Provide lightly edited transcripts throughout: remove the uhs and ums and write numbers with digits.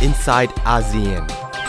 inside ASEAN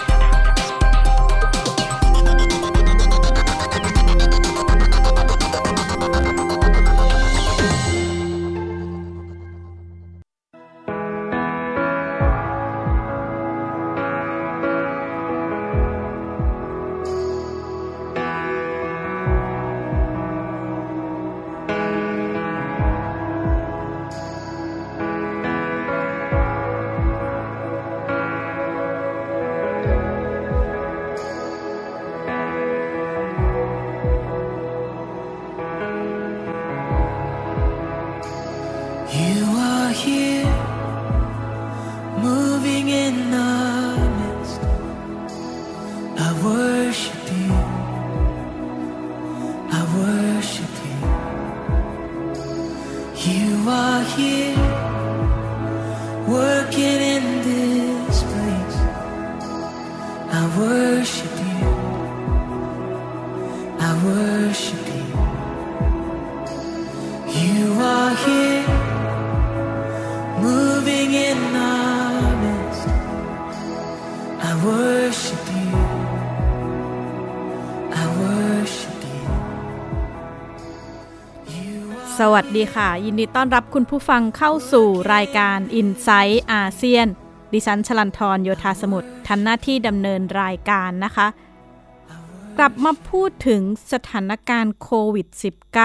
สวัสดีค่ะยินดีต้อนรับคุณผู้ฟังเข้าสู่รายการ Insight อาเซียนดิฉันชลันธรโยธาสมุทรทำหน้าที่ดำเนินรายการนะคะกลับมาพูดถึงสถานการณ์โควิด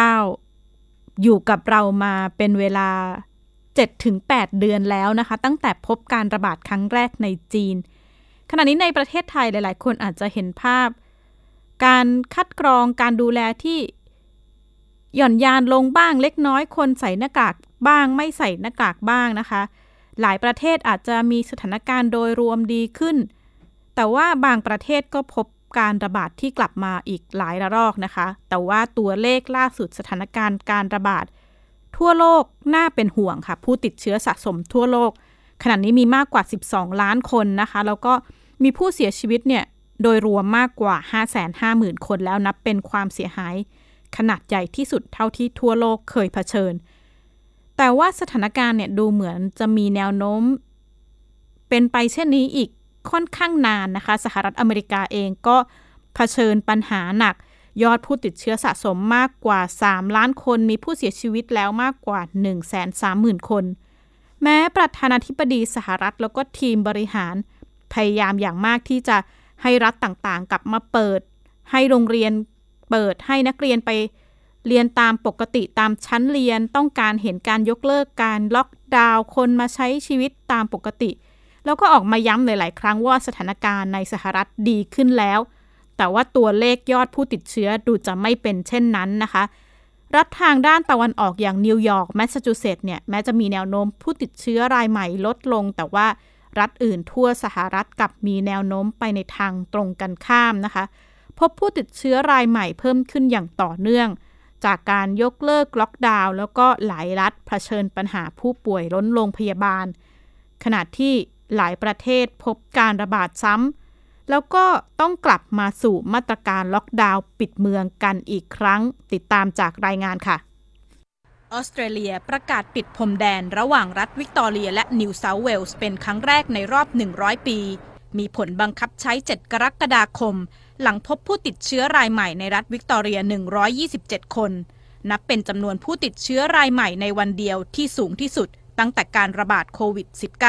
-19 อยู่กับเรามาเป็นเวลา 7-8 เดือนแล้วนะคะตั้งแต่พบการระบาดครั้งแรกในจีนขณะนี้ในประเทศไทยหลายๆคนอาจจะเห็นภาพการคัดกรองการดูแลที่หย่อนยานลงบ้างเล็กน้อยคนใส่หน้ากากบ้างไม่ใส่หน้ากากบ้างนะคะหลายประเทศอาจจะมีสถานการณ์โดยรวมดีขึ้นแต่ว่าบางประเทศก็พบการระบาดที่กลับมาอีกหลายระลอกนะคะแต่ว่าตัวเลขล่าสุดสถานการณ์การระบาดทั่วโลกน่าเป็นห่วงค่ะผู้ติดเชื้อสะสมทั่วโลกขณะนี้มีมากกว่า12ล้านคนนะคะแล้วก็มีผู้เสียชีวิตเนี่ยโดยรวมมากกว่า 550,000 คนแล้วนับเป็นความเสียหายขนาดใหญ่ที่สุดเท่าที่ทั่วโลกเคยเผชิญแต่ว่าสถานการณ์เนี่ยดูเหมือนจะมีแนวโน้มเป็นไปเช่นนี้อีกค่อนข้างนานนะคะสหรัฐอเมริกาเองก็เผชิญปัญหาหนักยอดผู้ติดเชื้อสะสมมากกว่า3ล้านคนมีผู้เสียชีวิตแล้วมากกว่า 130,000 คนแม้ประธานาธิบดีสหรัฐแล้วก็ทีมบริหารพยายามอย่างมากที่จะให้รัฐต่างๆกลับมาเปิดให้โรงเรียนเปิดให้นักเรียนไปเรียนตามปกติตามชั้นเรียนต้องการเห็นการยกเลิกการล็อกดาวน์คนมาใช้ชีวิตตามปกติแล้วก็ออกมาย้ำหลายๆครั้งว่าสถานการณ์ในสหรัฐดีขึ้นแล้วแต่ว่าตัวเลขยอดผู้ติดเชื้อดูจะไม่เป็นเช่นนั้นนะคะรัฐทางด้านตะวันออกอย่างนิวยอร์กแมสซาชูเซตส์เนี่ยแม้จะมีแนวโน้มผู้ติดเชื้อรายใหม่ลดลงแต่ว่ารัฐอื่นทั่วสหรัฐกลับมีแนวโน้มไปในทางตรงกันข้ามนะคะพบผู้ติดเชื้อรายใหม่เพิ่มขึ้นอย่างต่อเนื่องจากการยกเลิกล็อกดาวน์แล้วก็หลายรัฐเผชิญปัญหาผู้ป่วยล้นโรงพยาบาลขณะที่หลายประเทศพบการระบาดซ้ำแล้วก็ต้องกลับมาสู่มาตรการล็อกดาวน์ปิดเมืองกันอีกครั้งติดตามจากรายงานค่ะออสเตรเลียประกาศปิดพรมแดนระหว่างรัฐวิกตอเรียและนิวเซาท์เวลส์เป็นครั้งแรกในรอบ100ปีมีผลบังคับใช้7กรกฎาคมหลังพบผู้ติดเชื้อรายใหม่ในรัฐวิกตอเรีย127คนนับเป็นจำนวนผู้ติดเชื้อรายใหม่ในวันเดียวที่สูงที่สุดตั้งแต่การระบาดโควิด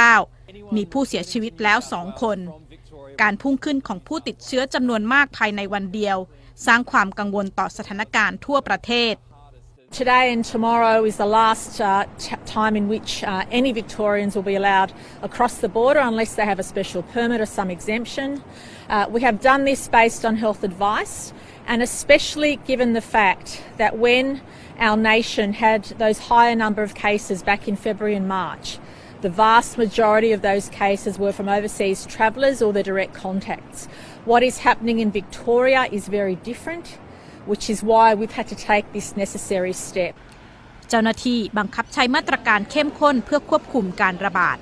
-19 มีผู้เสียชีวิตแล้ว2คนการพุ่งขึ้นของผู้ติดเชื้อจำนวนมากภายในวันเดียวสร้างความกังวลต่อสถานการณ์ทั่วประเทศ Today and tomorrow is the last time in which any Victorians will be allowed across the border unless they have a special permit or some exemption. We have done this based on health advice and especially given the fact that when our nation had those higher number of cases back in February and March, the vast majority of those cases were from overseas travellers or their direct contacts. What is happening in Victoria is very different.which is why we've had to take this necessary step. เจ้าหน้าที่บังคับใช้มาตรการเข้มข้นเพื่อควบคุมการระบาด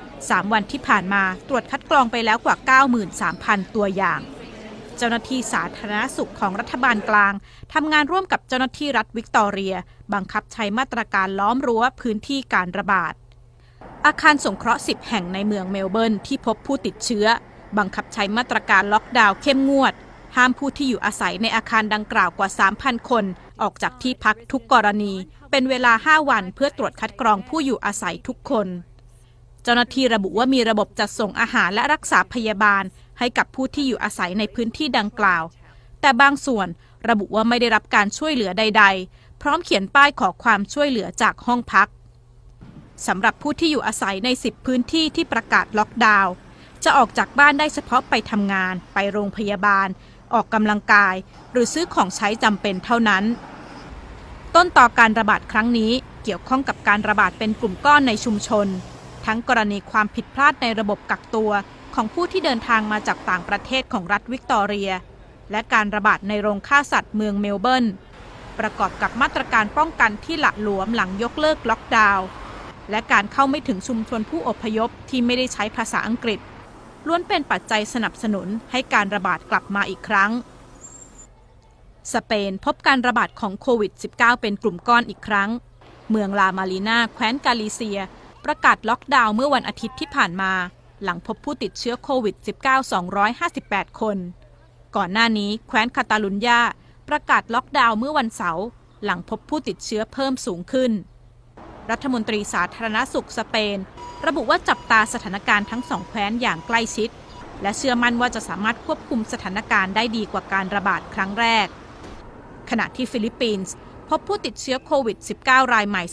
3วันที่ผ่านมาตรวจคัดกรองไปแล้วกว่า 93,000 ตัวอย่างเจ้าหน้าที่สาธารณสุขของรัฐบาลกลางทำงานร่วมกับเจ้าหน้าที่รัฐวิกตอเรียบังคับใช้มาตรการล้อมรั้วพื้นที่การระบาดอาคารสงเคราะห์10แห่งในเมืองเมลเบิร์นที่พบผู้ติดเชื้อบังคับใช้มาตรการล็อกดาวน์เข้มงวดห้ามผู้ที่อยู่อาศัยในอาคารดังกล่าวกว่า 3,000 คนออกจากที่พักทุกกรณีเป็นเวลา5วันเพื่อตรวจคัดกรองผู้อยู่อาศัยทุกคนเจ้าหน้าที่ระบุว่ามีระบบจัดส่งอาหารและรักษาพยาบาลให้กับผู้ที่อยู่อาศัยในพื้นที่ดังกล่าวแต่บางส่วนระบุว่าไม่ได้รับการช่วยเหลือใดๆพร้อมเขียนป้ายขอความช่วยเหลือจากห้องพักสำหรับผู้ที่อยู่อาศัยใน10พื้นที่ที่ประกาศล็อกดาวน์จะออกจากบ้านได้เฉพาะไปทำงานไปโรงพยาบาลออกกำลังกายหรือซื้อของใช้จำเป็นเท่านั้นต้นต่อการระบาดครั้งนี้เกี่ยวข้องกับการระบาดเป็นกลุ่มก้อนในชุมชนทั้งกรณีความผิดพลาดในระบบกักตัวของผู้ที่เดินทางมาจากต่างประเทศของรัฐวิกตอเรียและการระบาดในโรงฆ่าสัตว์เมืองเมลเบิร์นประกอบกับมาตรการป้องกันที่หละหลวมหลังยกเลิกล็อกดาวน์และการเข้าไม่ถึงชุมชนผู้อพยพที่ไม่ได้ใช้ภาษาอังกฤษล้วนเป็นปัจจัยสนับสนุนให้การระบาดกลับมาอีกครั้งสเปนพบการระบาดของโควิด -19 เป็นกลุ่มก้อนอีกครั้งเมืองลามารีนาแคว้นกาลิเซียประกาศล็อกดาวน์เมื่อวันอาทิตย์ที่ผ่านมาหลังพบผู้ติดเชื้อโควิด -19 258 คนก่อนหน้านี้แคว้นคาตาลุญญาประกาศล็อกดาวน์เมื่อวันเสาร์หลังพบผู้ติดเชื้อเพิ่มสูงขึ้นรัฐมนตรีสาธารณสุขสเปนระบุว่าจับตาสถานการณ์ทั้ง2แคว้นอย่างใกล้ชิดและเชื่อมั่นว่าจะสามารถควบคุมสถานการณ์ได้ดีกว่าการระบาดครั้งแรกขณะที่ฟิลิปปินส์พบผู้ติดเชื้อโควิด -19 รายใหม่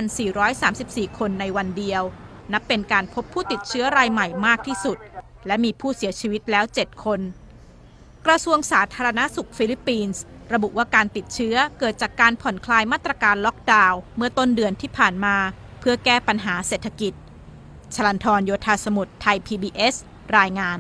2,434 คนในวันเดียวนับเป็นการพบผู้ติดเชื้อรายใหม่มากที่สุดและมีผู้เสียชีวิตแล้ว7คนกระทรวงสาธารณสุขฟิลิปปินส์ระบุว่าการติดเชื้อเกิดจากการผ่อนคลายมาตรการล็อกดาวน์เมื่อต้นเดือนที่ผ่านมาเพื่อแก้ปัญหาเศรษฐกิจชลันทร โยธาสมุทรไทย PBS รายงาน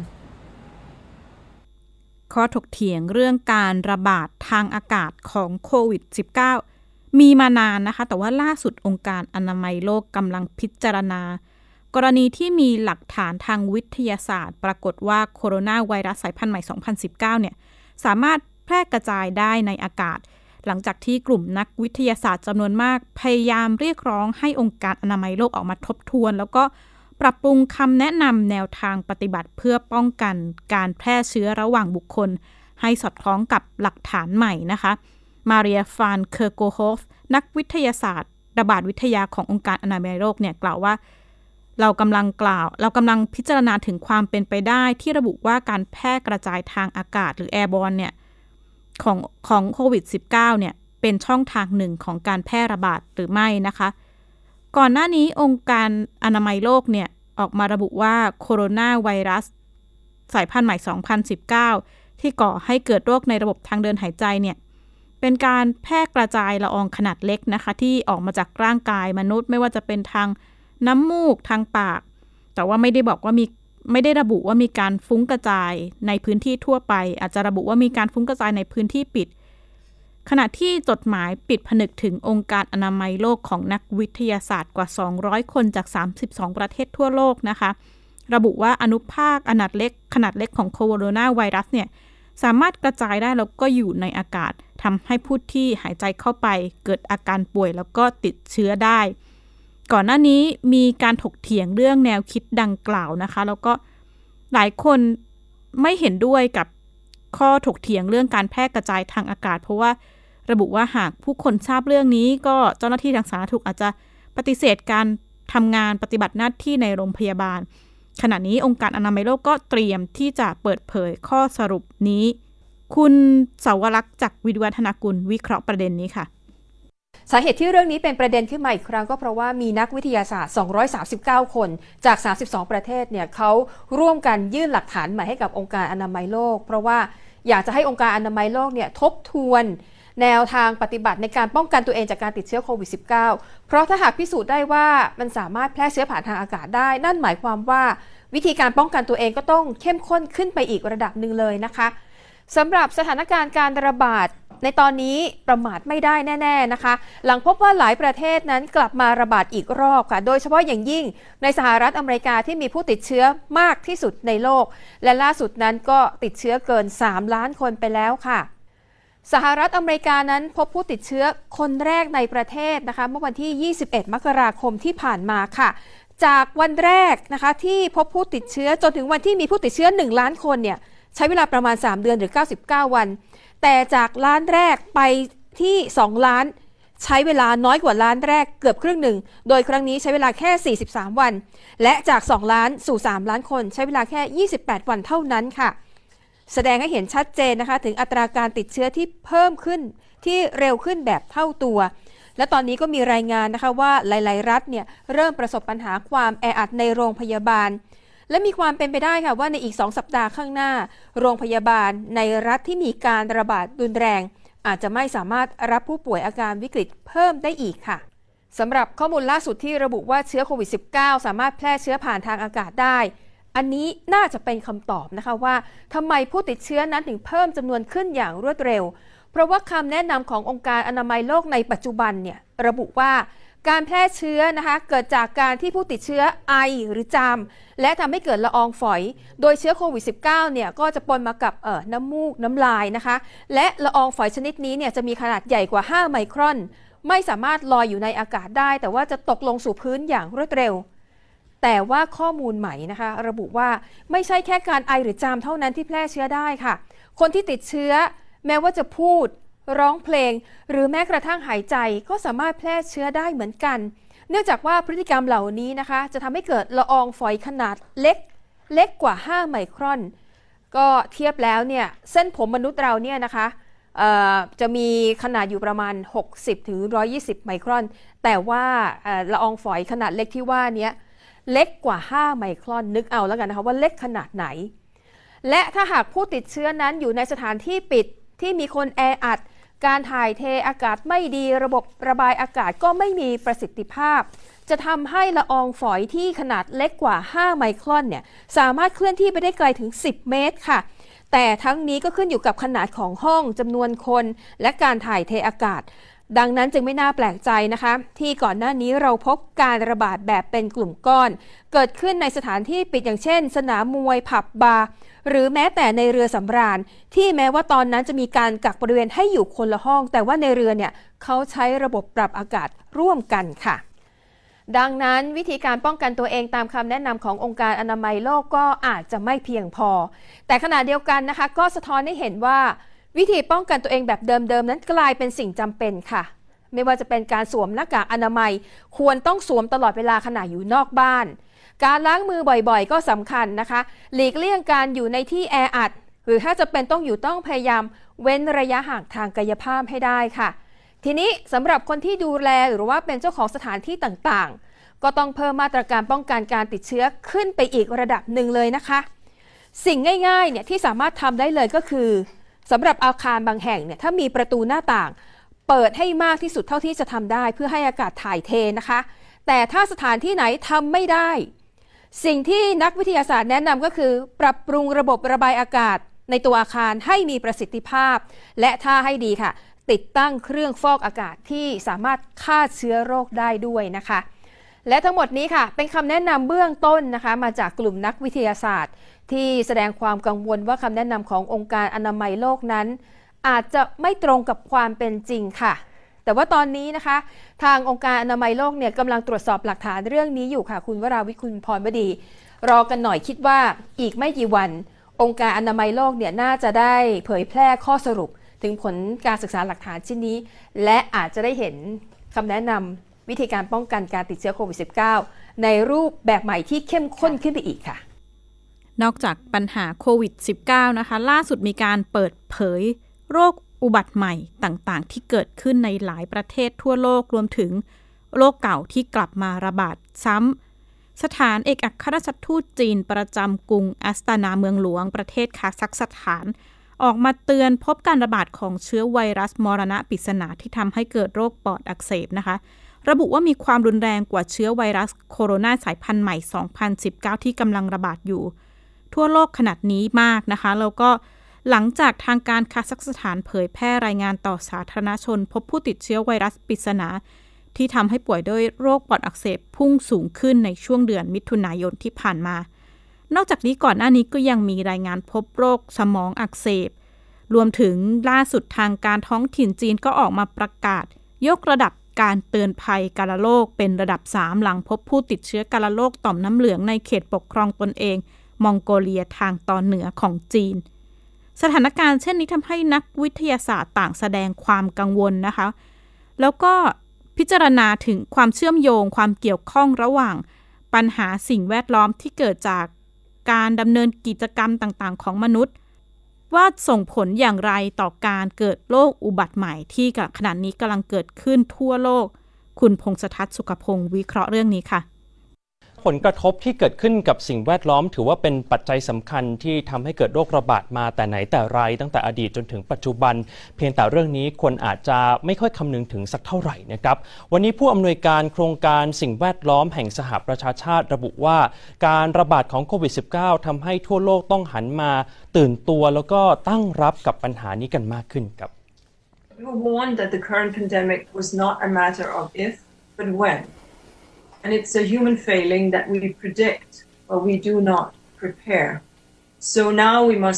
ข้อถกเถียงเรื่องการระบาดทางอากาศของโควิด -19 มีมานานนะคะแต่ว่าล่าสุดองค์การอนามัยโลกกำลังพิจารณากรณีที่มีหลักฐานทางวิทยาศาสตร์ปรากฏว่าโคโรนาไวรัสสายพันธุ์ใหม่ 2019 เนี่ยสามารถแพร่กระจายได้ในอากาศหลังจากที่กลุ่มนักวิทยาศาสตร์จำนวนมากพยายามเรียกร้องให้องค์การอนามัยโลกออกมาทบทวนแล้วก็ปรับปรุงคำแนะนำแนวทางปฏิบัติเพื่อป้องกันการแพร่เชื้อระหว่างบุคคลให้สอดคล้องกับหลักฐานใหม่นะคะมาเรียฟานเคอร์โกโฮฟนักวิทยาศาสตร์ระบาดวิทยาขององค์การอนามัยโลกเนี่ยกล่าวว่าเรากำลังพิจารณาถึงความเป็นไปได้ที่ระบุว่าการแพร่กระจายทางอากาศหรือแอร์บอร์นเนี่ยของโควิด -19 เนี่ยเป็นช่องทางหนึ่งของการแพร่ระบาดหรือไม่นะคะก่อนหน้านี้องค์การอนามัยโลกเนี่ยออกมาระบุว่าโคโรนาไวรัสสายพันธุ์ใหม่ 2019 ที่ก่อให้เกิดโรคในระบบทางเดินหายใจเนี่ยเป็นการแพร่กระจายละอองขนาดเล็กนะคะที่ออกมาจากร่างกายมนุษย์ไม่ว่าจะเป็นทางน้ำมูกทางปากแต่ว่าไม่ได้ระบุว่ามีการฟุ้งกระจายในพื้นที่ทั่วไปอาจจะระบุว่ามีการฟุ้งกระจายในพื้นที่ปิดขณะที่จดหมายปิดผนึกถึงองค์การอนามัยโลกของนักวิทยาศาสตร์กว่า200คนจาก32ประเทศทั่วโลกนะคะระบุว่าอนุภาคขนาดเล็กของโคโรนาไวรัสเนี่ยสามารถกระจายได้แล้วก็อยู่ในอากาศทำให้ผู้ที่หายใจเข้าไปเกิดอาการป่วยแล้วก็ติดเชื้อได้ก่อนหน้านี้มีการถกเถียงเรื่องแนวคิดดังกล่าวนะคะแล้วก็หลายคนไม่เห็นด้วยกับข้อถกเถียงเรื่องการแพร่กระจายทางอากาศเพราะว่าระบุว่าหากผู้คนทราบเรื่องนี้ก็เจ้าหน้าที่ทางสาธารณสุขอาจจะปฏิเสธการทำงานปฏิบัติหน้าที่ในโรงพยาบาลขณะนี้องค์การอนามัยโลกก็เตรียมที่จะเปิดเผยข้อสรุปนี้คุณเสาวรักษ์จากวิวัฒนกุลวิเคราะห์ประเด็นนี้ค่ะสาเหตุที่เรื่องนี้เป็นประเด็นขึ้นมาอีกครั้งก็เพราะว่ามีนักวิทยาศาสตร์239คนจาก32ประเทศเนี่ยเขาร่วมกันยื่นหลักฐานใหม่ให้กับองค์การอนามัยโลกเพราะว่าอยากจะให้องค์การอนามัยโลกเนี่ยทบทวนแนวทางปฏิบัติในการป้องกันตัวเองจากการติดเชื้อโควิด -19 เพราะถ้าหากพิสูจน์ได้ว่ามันสามารถแพร่เชื้อผ่านทางอากาศได้นั่นหมายความว่าวิธีการป้องกันตัวเองก็ต้องเข้มข้นขึ้นไปอีกระดับหนึ่งเลยนะคะสำหรับสถานการณ์การระบาดในตอนนี้ประมาทไม่ได้แน่ๆนะคะหลังพบว่าหลายประเทศนั้นกลับมาระบาดอีกรอบค่ะโดยเฉพาะอย่างยิ่งในสหรัฐอเมริกาที่มีผู้ติดเชื้อมากที่สุดในโลกและล่าสุดนั้นก็ติดเชื้อเกิน3ล้านคนไปแล้วค่ะสหรัฐอเมริกานั้นพบผู้ติดเชื้อคนแรกในประเทศนะคะเมื่อวันที่21มกราคมที่ผ่านมาค่ะจากวันแรกนะคะที่พบผู้ติดเชื้อจนถึงวันที่มีผู้ติดเชื้อ1ล้านคนเนี่ยใช้เวลาประมาณ3เดือนหรือ99วันแต่จากล้านแรกไปที่2ล้านใช้เวลาน้อยกว่าล้านแรกเกือบครึ่งหนึ่งโดยครั้งนี้ใช้เวลาแค่43วันและจาก2ล้านสู่3ล้านคนใช้เวลาแค่28วันเท่านั้นค่ะแสดงให้เห็นชัดเจนนะคะถึงอัตราการติดเชื้อที่เพิ่มขึ้นที่เร็วขึ้นแบบเท่าตัวและตอนนี้ก็มีรายงานนะคะว่าหลายๆรัฐเนี่ยเริ่มประสบปัญหาความแออัดในโรงพยาบาลและมีความเป็นไปได้ค่ะว่าในอีก2สัปดาห์ข้างหน้าโรงพยาบาลในรัฐที่มีการระบาดรุนแรงอาจจะไม่สามารถรับผู้ป่วยอาการวิกฤตเพิ่มได้อีกค่ะสำหรับข้อมูลล่าสุดที่ระบุว่าเชื้อโควิด -19 สามารถแพร่เชื้อผ่านทางอากาศได้อันนี้น่าจะเป็นคำตอบนะคะว่าทำไมผู้ติดเชื้อนั้นถึงเพิ่มจำนวนขึ้นอย่างรวดเร็วเพราะว่าคำแนะนำขององค์การอนามัยโลกในปัจจุบันเนี่ยระบุว่าการแพร่เชื้อนะคะเกิดจากการที่ผู้ติดเชื้อไอหรือจามและทำให้เกิดละอองฝอยโดยเชื้อโควิด -19 เนี่ยก็จะปนมากับน้ำมูกน้ำลายนะคะและละอองฝอยชนิดนี้เนี่ยจะมีขนาดใหญ่กว่า5ไมครอนไม่สามารถลอยอยู่ในอากาศได้แต่ว่าจะตกลงสู่พื้นอย่างรวดเร็วแต่ว่าข้อมูลใหม่นะคะระบุว่าไม่ใช่แค่การไอหรือจามเท่านั้นที่แพร่เชื้อได้ค่ะคนที่ติดเชื้อแม้ว่าจะพูดร้องเพลงหรือแม้กระทั่งหายใจก็สามารถแพร่เชื้อได้เหมือนกันเนื่องจากว่าพฤติกรรมเหล่านี้นะคะจะทำให้เกิดละอองฝอยขนาดเล็กกว่า5ไมครอนก็เทียบแล้วเนี่ยเส้นผมมนุษย์เราเนี่ยนะคะจะมีขนาดอยู่ประมาณ60ถึง120ไมครอนแต่ว่าละอองฝอยขนาดเล็กที่ว่านี้เล็กกว่า5ไมครอนนึกเอาแล้วกันนะคะว่าเล็กขนาดไหนและถ้าหากผู้ติดเชื้อนั้นอยู่ในสถานที่ปิดที่มีคนแออัดการถ่ายเทอากาศไม่ดีระบบระบายอากาศก็ไม่มีประสิทธิภาพจะทำให้ละอองฝอยที่ขนาดเล็กกว่า5ไมครอนเนี่ยสามารถเคลื่อนที่ไปได้ไกลถึง10เมตรค่ะแต่ทั้งนี้ก็ขึ้นอยู่กับขนาดของห้องจำนวนคนและการถ่ายเทอากาศดังนั้นจึงไม่น่าแปลกใจนะคะที่ก่อนหน้านี้เราพบการระบาดแบบเป็นกลุ่มก้อนเกิดขึ้นในสถานที่ปิดอย่างเช่นสนามมวยผับบาร์หรือแม้แต่ในเรือสำราญที่แม้ว่าตอนนั้นจะมีการกักบริเวณให้อยู่คนละห้องแต่ว่าในเรือเนี่ยเขาใช้ระบบปรับอากาศร่วมกันค่ะดังนั้นวิธีการป้องกันตัวเองตามคำแนะนำขององค์การอนามัยโลกก็อาจจะไม่เพียงพอแต่ขณะเดียวกันนะคะก็สะท้อนให้เห็นว่าวิธีป้องกันตัวเองแบบเดิมๆนั้นกลายเป็นสิ่งจำเป็นค่ะไม่ว่าจะเป็นการสวมหน้ากากอนามัยควรต้องสวมตลอดเวลาขณะอยู่นอกบ้านการล้างมือบ่อยๆก็สำคัญนะคะหลีกเลี่ยงการอยู่ในที่แออัดหรือถ้าจะเป็นต้องพยายามเว้นระยะห่างทางกายภาพให้ได้ค่ะทีนี้สำหรับคนที่ดูแลหรือว่าเป็นเจ้าของสถานที่ต่างๆก็ต้องเพิ่มมาตรการป้องกันการติดเชื้อขึ้นไปอีกระดับหนึ่งเลยนะคะสิ่งง่ายๆเนี่ยที่สามารถทำได้เลยก็คือสำหรับอาคารบางแห่งเนี่ยถ้ามีประตูหน้าต่างเปิดให้มากที่สุดเท่าที่จะทำได้เพื่อให้อากาศถ่ายเทนะคะแต่ถ้าสถานที่ไหนทำไม่ได้สิ่งที่นักวิทยาศาสตร์แนะนำก็คือปรับปรุงระบบระบายอากาศในตัวอาคารให้มีประสิทธิภาพและถ้าให้ดีค่ะติดตั้งเครื่องฟอกอากาศที่สามารถฆ่าเชื้อโรคได้ด้วยนะคะและทั้งหมดนี้ค่ะเป็นคำแนะนำเบื้องต้นนะคะมาจากกลุ่มนักวิทยาศาสตร์ที่แสดงความกังวลว่าคำแนะนำขององค์การอนามัยโลกนั้นอาจจะไม่ตรงกับความเป็นจริงค่ะแต่ว่าตอนนี้นะคะทางองค์การอนามัยโลกเนี่ยกำลังตรวจสอบหลักฐานเรื่องนี้อยู่ค่ะคุณวราวิคุณพรบดีรอกันหน่อยคิดว่าอีกไม่กี่วันองค์การอนามัยโลกเนี่ยน่าจะได้เผยแพร่ข้อสรุปถึงผลการศึกษาหลักฐานชิ้นนี้และอาจจะได้เห็นคำแนะนำวิธีการป้องกันการติดเชื้อโควิด -19 ในรูปแบบใหม่ที่เข้มข้นขึ้นไปอีกค่ะนอกจากปัญหาโควิด -19 นะคะล่าสุดมีการเปิดเผยโรคอุบัติใหม่ต่างๆที่เกิดขึ้นในหลายประเทศทั่วโลกรวมถึงโรคเก่าที่กลับมาระบาดซ้ำสถานเอกอัครราชทูตจีนประจำกรุงอัสตานาเมืองหลวงประเทศคาซัคสถานออกมาเตือนพบการระบาดของเชื้อไวรัสมรณะปริศนาที่ทำให้เกิดโรคปอดอักเสบนะคะระบุว่ามีความรุนแรงกว่าเชื้อไวรัสโคโรนาสายพันธุ์ใหม่ 2019 ที่กำลังระบาดอยู่ทั่วโลกขนาดนี้มากนะคะแล้วก็หลังจากทางการคาซัคสถานเผยแพร่รายงานต่อสาธารณชนพบผู้ติดเชื้อไวรัสปริศนาที่ทำให้ป่วยด้วยโรคปอดอักเสบพุ่งสูงขึ้นในช่วงเดือนมิถุนายนที่ผ่านมานอกจากนี้ก่อนหน้านี้ก็ยังมีรายงานพบโรคสมองอักเสบรวมถึงล่าสุดทางการท้องถิ่นจีนก็ออกมาประกาศยกระดับการเตือนภัยกาฬโรคเป็นระดับ3หลังพบผู้ติดเชื้อกาฬโรคต่อมน้ำเหลืองในเขตปกครองตนเองมองโกเลียทางตอนเหนือของจีนสถานการณ์เช่นนี้ทำให้นักวิทยาศาสตร์ต่างแสดงความกังวลนะคะแล้วก็พิจารณาถึงความเชื่อมโยงความเกี่ยวข้องระหว่างปัญหาสิ่งแวดล้อมที่เกิดจากการดำเนินกิจกรรมต่างๆของมนุษย์ว่าส่งผลอย่างไรต่อการเกิดโรคอุบัติใหม่ที่ขณะนี้กำลังเกิดขึ้นทั่วโลกคุณพงษ์ทัศน์สุขพงศ์วิเคราะห์เรื่องนี้ค่ะผลกระทบที่เกิดขึ้นกับสิ่งแวดล้อมถือว่าเป็นปัจจัยสำคัญที่ทำให้เกิดโรคระบาดมาแต่ไหนแต่ไรตั้งแต่อดีตจนถึงปัจจุบันเพียงแต่เรื่องนี้คนอาจจะไม่ค่อยคำนึงถึงสักเท่าไหร่นะครับวันนี้ผู้อำนวยการโครงการสิ่งแวดล้อมแห่งสหประชาชาติระบุว่าการระบาดของโควิด -19 ทำให้ทั่วโลกต้องหันมาตื่นตัวแล้วก็ตั้งรับกับปัญหานี้กันมากขึ้นครับ We were warned that the current pandemic was not a matter of if, but when.And it's a human failing that we predict or we do not prepare. So now we must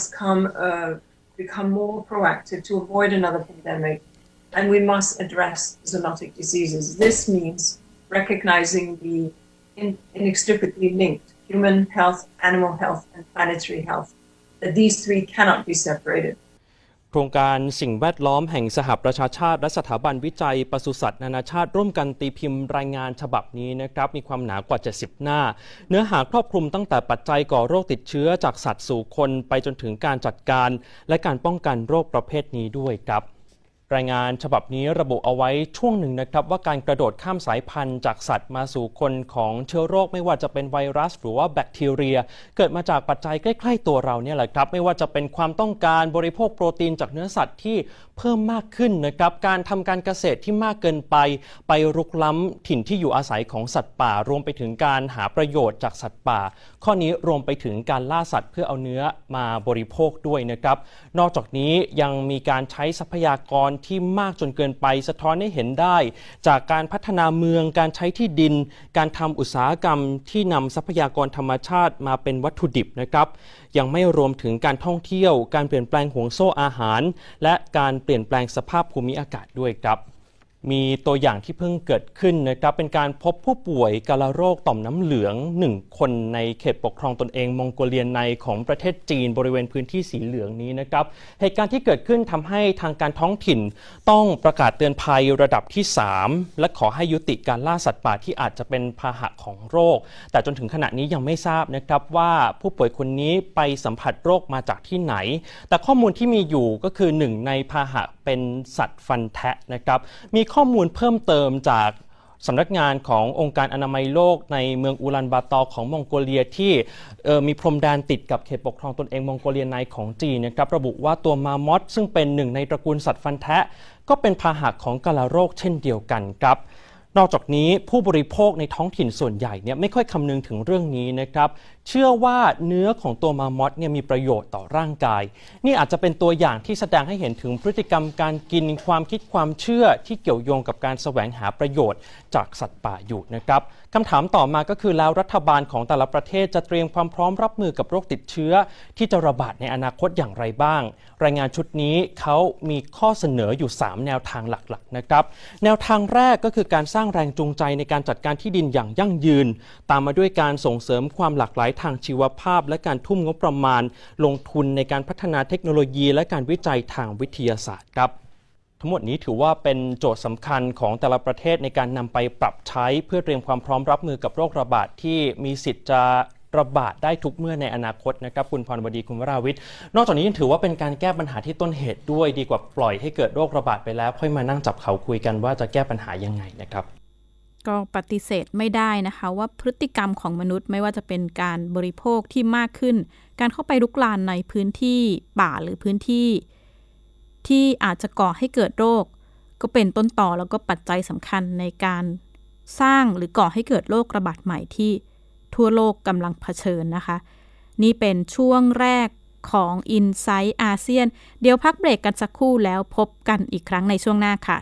become more proactive to avoid another pandemic, and we must address zoonotic diseases. This means recognizing the inextricably linked human health, animal health, and planetary health, that these three cannot be separated. โครงการสิ่งแวดล้อมแห่งสหประชาชาติและสถาบันวิจัยปศุสัตว์นานาชาติร่วมกันตีพิมพ์รายงานฉบับนี้นะครับมีความหนากว่า70หน้าเนื้อหาครอบคลุมตั้งแต่ปัจจัยก่อโรคติดเชื้อจากสัตว์สู่คนไปจนถึงการจัดการและการป้องกันโรคประเภทนี้ด้วยครับรายงานฉบับนี้ระบุเอาไว้ช่วงหนึ่งนะครับว่าการกระโดดข้ามสายพันธุ์จากสัตว์มาสู่คนของเชื้อโรคไม่ว่าจะเป็นไวรัสหรือว่าแบคทีเรียเกิดมาจากปัจจัยใกล้ๆตัวเราเนี่ยแหละครับไม่ว่าจะเป็นความต้องการบริโภคโปรตีนจากเนื้อสัตว์ที่เพิ่มมากขึ้นนะครับการทำการเกษตรที่มากเกินไปรุกล้ำถิ่นที่อยู่อาศัยของสัตว์ป่ารวมไปถึงการหาประโยชน์จากสัตว์ป่าข้อนี้รวมไปถึงการล่าสัตว์เพื่อเอาเนื้อมาบริโภคด้วยนะครับนอกจากนี้ยังมีการใช้ทรัพยากรที่มากจนเกินไปสะท้อนให้เห็นได้จากการพัฒนาเมืองการใช้ที่ดินการทำอุตสาหกรรมที่นำทรัพยากรธรรมชาติมาเป็นวัตถุดิบนะครับยังไม่รวมถึงการท่องเที่ยวการเปลี่ยนแปลงห่วงโซ่อาหารและการเปลี่ยนแปลงสภาพภูมิอากาศด้วยครับมีตัวอย่างที่เพิ่งเกิดขึ้นนะครับเป็นการพบผู้ป่วยกาฬโรคต่อมน้ำเหลือง1คนในเขตปกครองตนเองมองโกเลียในของประเทศจีนบริเวณพื้นที่สีเหลืองนี้นะครับเหตุการณ์ที่เกิดขึ้นทำให้ทางการท้องถิ่นต้องประกาศเตือนภัยระดับที่3และขอให้ยุติการล่าสัตว์ป่าที่อาจจะเป็นพาหะของโรคแต่จนถึงขณะนี้ยังไม่ทราบนะครับว่าผู้ป่วยคนนี้ไปสัมผัสโรคมาจากที่ไหนแต่ข้อมูลที่มีอยู่ก็คือ1ในพาหะเป็นสัตว์ฟันแทะนะครับมีข้อมูลเพิ่มเติมจากสำนักงานขององค์การอนามัยโลกในเมืองอูลันบาตอร์ของมองโกเลียที่มีพรมแดนติดกับเขตปกครองตนเองมองโกเลียในของจีนนะครับระบุว่าตัวมามอธซึ่งเป็นหนึ่งในตระกูลสัตว์ฟันแทะก็เป็นพาหะของกาฬโรคเช่นเดียวกันครับนอกจากนี้ผู้บริโภคในท้องถิ่นส่วนใหญ่เนี่ยไม่ค่อยคำนึงถึงเรื่องนี้นะครับเชื่อว่าเนื้อของตัวมามอธเนี่ยมีประโยชน์ต่อร่างกายนี่อาจจะเป็นตัวอย่างที่แสดงให้เห็นถึงพฤติกรรมการกินความคิดความเชื่อที่เกี่ยวโยงกับการแสวงหาประโยชน์จากสัตว์ป่าอยู่นะครับคำถามต่อมาก็คือแล้วรัฐบาลของแต่ละประเทศจะเตรียมความพร้อมรับมือกับโรคติดเชื้อที่จะระบาดในอนาคตอย่างไรบ้างรายงานชุดนี้เขามีข้อเสนออยู่3แนวทางหลักๆนะครับแนวทางแรกก็คือการสร้างแรงจูงใจในการจัดการที่ดินอย่างยั่งยืนตามมาด้วยการส่งเสริมความหลากหลายทางชีวภาพและการทุ่มงบประมาณลงทุนในการพัฒนาเทคโนโลยีและการวิจัยทางวิทยาศาสตร์ครับทั้งหมดนี้ถือว่าเป็นโจทย์สำคัญของแต่ละประเทศในการนำไปปรับใช้เพื่อเตรียมความพร้อมรับมือกับโรคระบาดที่มีสิทธิ์จะระบาดได้ทุกเมื่อในอนาคตนะครับคุณพรวดีคุณวราวิทย์นอกจากนี้ยังถือว่าเป็นการแก้ปัญหาที่ต้นเหตุด้วยดีกว่าปล่อยให้เกิดโรคระบาดไปแล้วค่อยมานั่งจับเขาคุยกันว่าจะแก้ปัญหายังไงนะครับก็ปฏิเสธไม่ได้นะคะว่าพฤติกรรมของมนุษย์ไม่ว่าจะเป็นการบริโภคที่มากขึ้นการเข้าไปรุกรานในพื้นที่ป่าหรือพื้นที่ที่อาจจะก่อให้เกิดโรคก็เป็นต้นต่อแล้วก็ปัจจัยสำคัญในการสร้างหรือก่อให้เกิดโรคระบาดใหม่ที่ทั่วโลกกำลังเผชิญนะคะนี่เป็นช่วงแรกของ Insight อาเซียนเดี๋ยวพักเบรกกันสักครู่แล้วพบกันอีกครั้งในช่วงหน้าค่ะ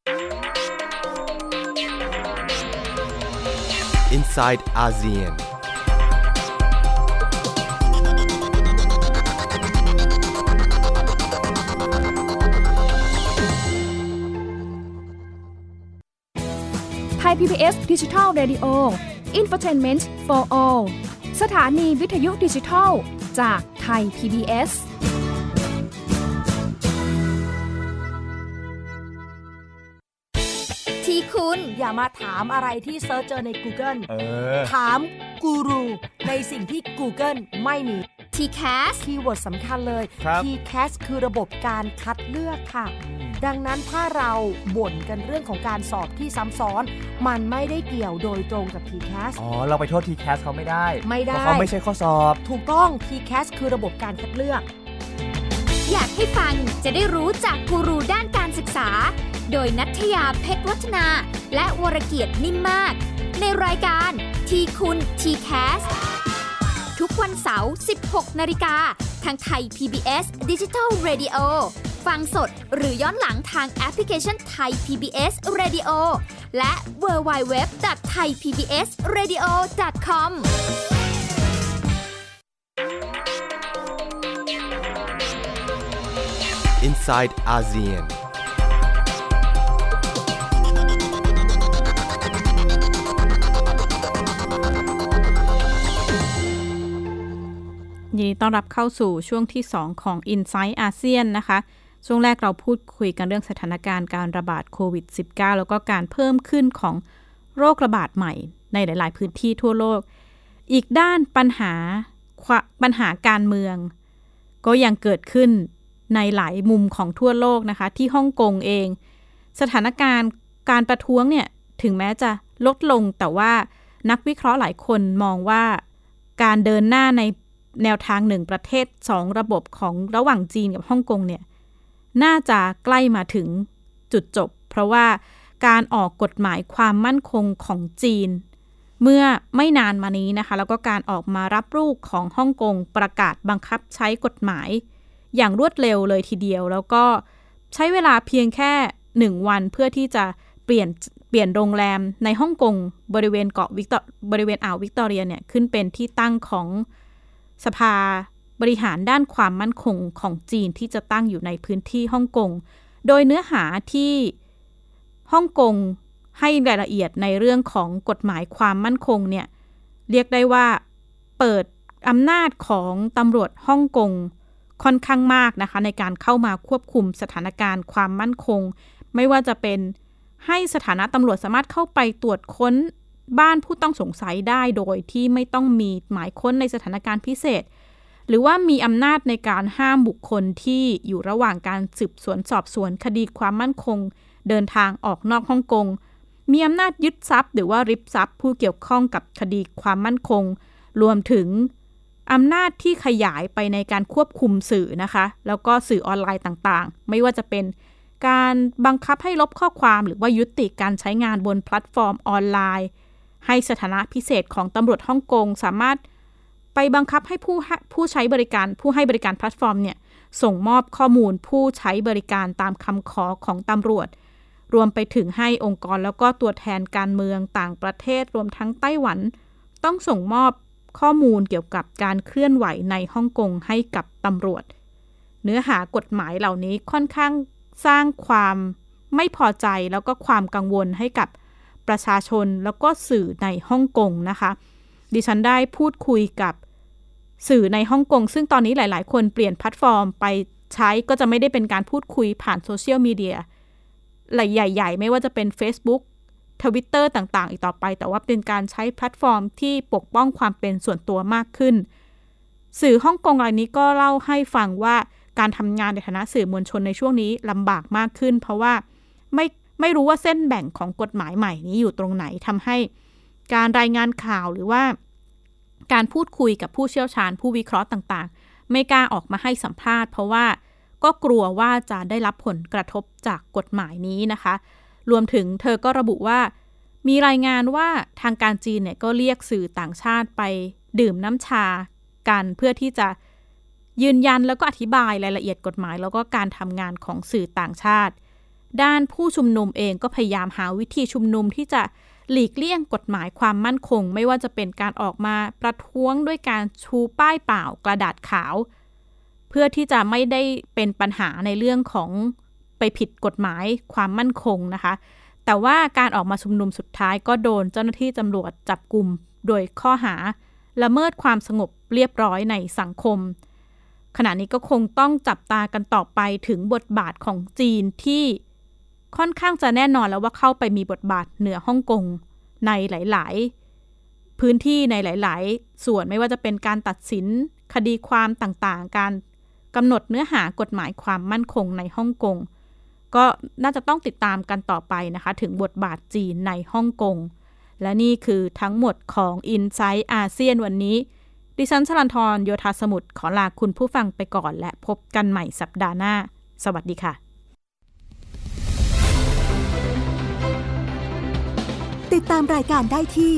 Inside ASEAN Thai PBS Digital Radio Infotainment for All สถานีวิทยุดิจิทัลจากไทย PBS ที่คุณอย่ามาถามอะไรที่เซิร์ชเจอใน Google ถามกูรูในสิ่งที่ Google ไม่มี TCAS คีย์เวิร์ดสำคัญเลย TCAS คือระบบการคัดเลือกค่ะดังนั้นถ้าเราบ่นกันเรื่องของการสอบที่ซ้ำซ้อนมันไม่ได้เกี่ยวโดยตรงกับ TCAS เราไปโทษ TCAS เขาไม่ได้เพราะเขาไม่ใช่ข้อสอบถูกต้อง TCAS คือระบบการคัดเลือกอยากให้ฟังจะได้รู้จากกูรูด้านการศึกษาโดยณัฐยาเพชรวัฒนาและวรเกียรตินิ่มมากในรายการทีคุณ TCAS ทุกวันเสาร์ 16 นาฬิกาทางไทย PBS Digital Radio ฟังสดหรือย้อนหลังทางแอปพลิเคชันไทย PBS Radio และ www.thaipbsradio.com Inside ASEAN ยินดีต้อนรับเข้าสู่ช่วงที่2ของ Inside ASEAN นะคะช่วงแรกเราพูดคุยกันเรื่องสถานการณ์การระบาดโควิด -19 แล้วก็การเพิ่มขึ้นของโรคระบาดใหม่ในหลายๆพื้นที่ทั่วโลกอีกด้านปัญหาการเมืองก็ยังเกิดขึ้นในหลายมุมของทั่วโลกนะคะที่ฮ่องกงเองสถานการณ์การประท้วงเนี่ยถึงแม้จะลดลงแต่ว่านักวิเคราะห์หลายคนมองว่าการเดินหน้าในแนวทาง1ประเทศ2ระบบของระหว่างจีนกับฮ่องกงเนี่ยน่าจะใกล้มาถึงจุดจบเพราะว่าการออกกฎหมายความมั่นคงของจีนเมื่อไม่นานมานี้นะคะแล้วก็การออกมารับลูกของฮ่องกงประกาศบังคับใช้กฎหมายอย่างรวดเร็วเลยทีเดียวแล้วก็ใช้เวลาเพียงแค่1วันเพื่อที่จะเปลี่ยนโรงแรมในฮ่องกงบริเวณบริเวณอ่าววิกตอเรียเนี่ยขึ้นเป็นที่ตั้งของสภาบริหารด้านความมั่นคงของจีนที่จะตั้งอยู่ในพื้นที่ฮ่องกงโดยเนื้อหาที่ฮ่องกงให้รายละเอียดในเรื่องของกฎหมายความมั่นคงเนี่ยเรียกได้ว่าเปิดอำนาจของตำรวจฮ่องกงค่อนข้างมากนะคะในการเข้ามาควบคุมสถานการณ์ความมั่นคงไม่ว่าจะเป็นให้สถานะตำรวจสามารถเข้าไปตรวจค้นบ้านผู้ต้องสงสัยได้โดยที่ไม่ต้องมีหมายค้นในสถานการณ์พิเศษหรือว่ามีอำนาจในการห้ามบุคคลที่อยู่ระหว่างการสืบสวนสอบสวนคดีความมั่นคงเดินทางออกนอกฮ่องกงมีอำนาจยึดทรัพย์หรือว่าริบทรัพย์ผู้เกี่ยวข้องกับคดีความมั่นคงรวมถึงอำนาจที่ขยายไปในการควบคุมสื่อนะคะแล้วก็สื่อออนไลน์ต่างๆไม่ว่าจะเป็นการบังคับให้ลบข้อความหรือว่ายุติการใช้งานบนแพลตฟอร์มออนไลน์ให้สถานะพิเศษของตำรวจฮ่องกงสามารถไปบังคับให้ผู้ใช้บริการผู้ให้บริการแพลตฟอร์มเนี่ยส่งมอบข้อมูลผู้ใช้บริการตามคำขอของตำรวจรวมไปถึงให้องค์กรแล้วก็ตัวแทนการเมืองต่างประเทศรวมทั้งไต้หวันต้องส่งมอบข้อมูลเกี่ยวกับการเคลื่อนไหวในฮ่องกงให้กับตำรวจเนื้อหากฎหมายเหล่านี้ค่อนข้างสร้างความไม่พอใจแล้วก็ความกังวลให้กับประชาชนแล้วก็สื่อในฮ่องกงนะคะดิฉันได้พูดคุยกับสื่อในฮ่องกงซึ่งตอนนี้หลายๆคนเปลี่ยนแพลตฟอร์มไปใช้ก็จะไม่ได้เป็นการพูดคุยผ่านโซเชียลมีเดียใหญ่ๆไม่ว่าจะเป็น Facebook Twitter ต่างๆอีกต่อไปแต่ว่าเป็นการใช้แพลตฟอร์มที่ปกป้องความเป็นส่วนตัวมากขึ้นสื่อฮ่องกงรายนี้ก็เล่าให้ฟังว่าการทำงานในฐานะสื่อมวลชนในช่วงนี้ลำบากมากขึ้นเพราะว่าไม่รู้ว่าเส้นแบ่งของกฎหมายใหม่นี้อยู่ตรงไหนทำให้การรายงานข่าวหรือว่าการพูดคุยกับผู้เชี่ยวชาญผู้วิเคราะห์ต่างๆไม่กล้าออกมาให้สัมภาษณ์เพราะว่าก็กลัวว่าจะได้รับผลกระทบจากกฎหมายนี้นะคะรวมถึงเธอก็ระบุว่ามีรายงานว่าทางการจีนเนี่ยก็เรียกสื่อต่างชาติไปดื่มน้ำชากันเพื่อที่จะยืนยันแล้วก็อธิบายรายละเอียดกฎหมายแล้วก็การทำงานของสื่อต่างชาติด้านผู้ชุมนุมเองก็พยายามหาวิธีชุมนุมที่จะหลีกเลี่ยงกฎหมายความมั่นคงไม่ว่าจะเป็นการออกมาประท้วงด้วยการชูป้ายเปล่ากระดาษขาวเพื่อที่จะไม่ได้เป็นปัญหาในเรื่องของไปผิดกฎหมายความมั่นคงนะคะแต่ว่าการออกมาชุมนุมสุดท้ายก็โดนเจ้าหน้าที่ตำรวจจับกุมโดยข้อหาละเมิดความสงบเรียบร้อยในสังคมขณะนี้ก็คงต้องจับตากันต่อไปถึงบทบาทของจีนที่ค่อนข้างจะแน่นอนแล้วว่าเข้าไปมีบทบาทเหนือฮ่องกงในหลายๆพื้นที่ในหลายๆส่วนไม่ว่าจะเป็นการตัดสินคดีความต่างๆการกำหนดเนื้อหากฎหมายความมั่นคงในฮ่องกงก็น่าจะต้องติดตามกันต่อไปนะคะถึงบทบาทจีนในฮ่องกงและนี่คือทั้งหมดของ Insight อาเซียนวันนี้ดิฉันชลันทรโยธาสมุทรขอลาคุณผู้ฟังไปก่อนและพบกันใหม่สัปดาห์หน้าสวัสดีค่ะติดตามรายการได้ที่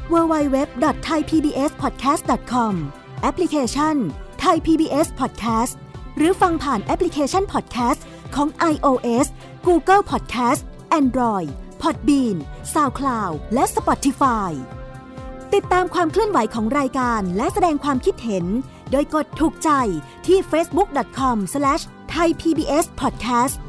www.thaipbspodcast.com แอปพลิเคชัน Thai PBS Podcast หรือฟังผ่านแอปพลิเคชัน Podcast ของ iOS Google Podcast Android Podbean SoundCloud และ Spotify ติดตามความเคลื่อนไหวของรายการและแสดงความคิดเห็นโดยกดถูกใจที่ facebook.com/thaipbspodcast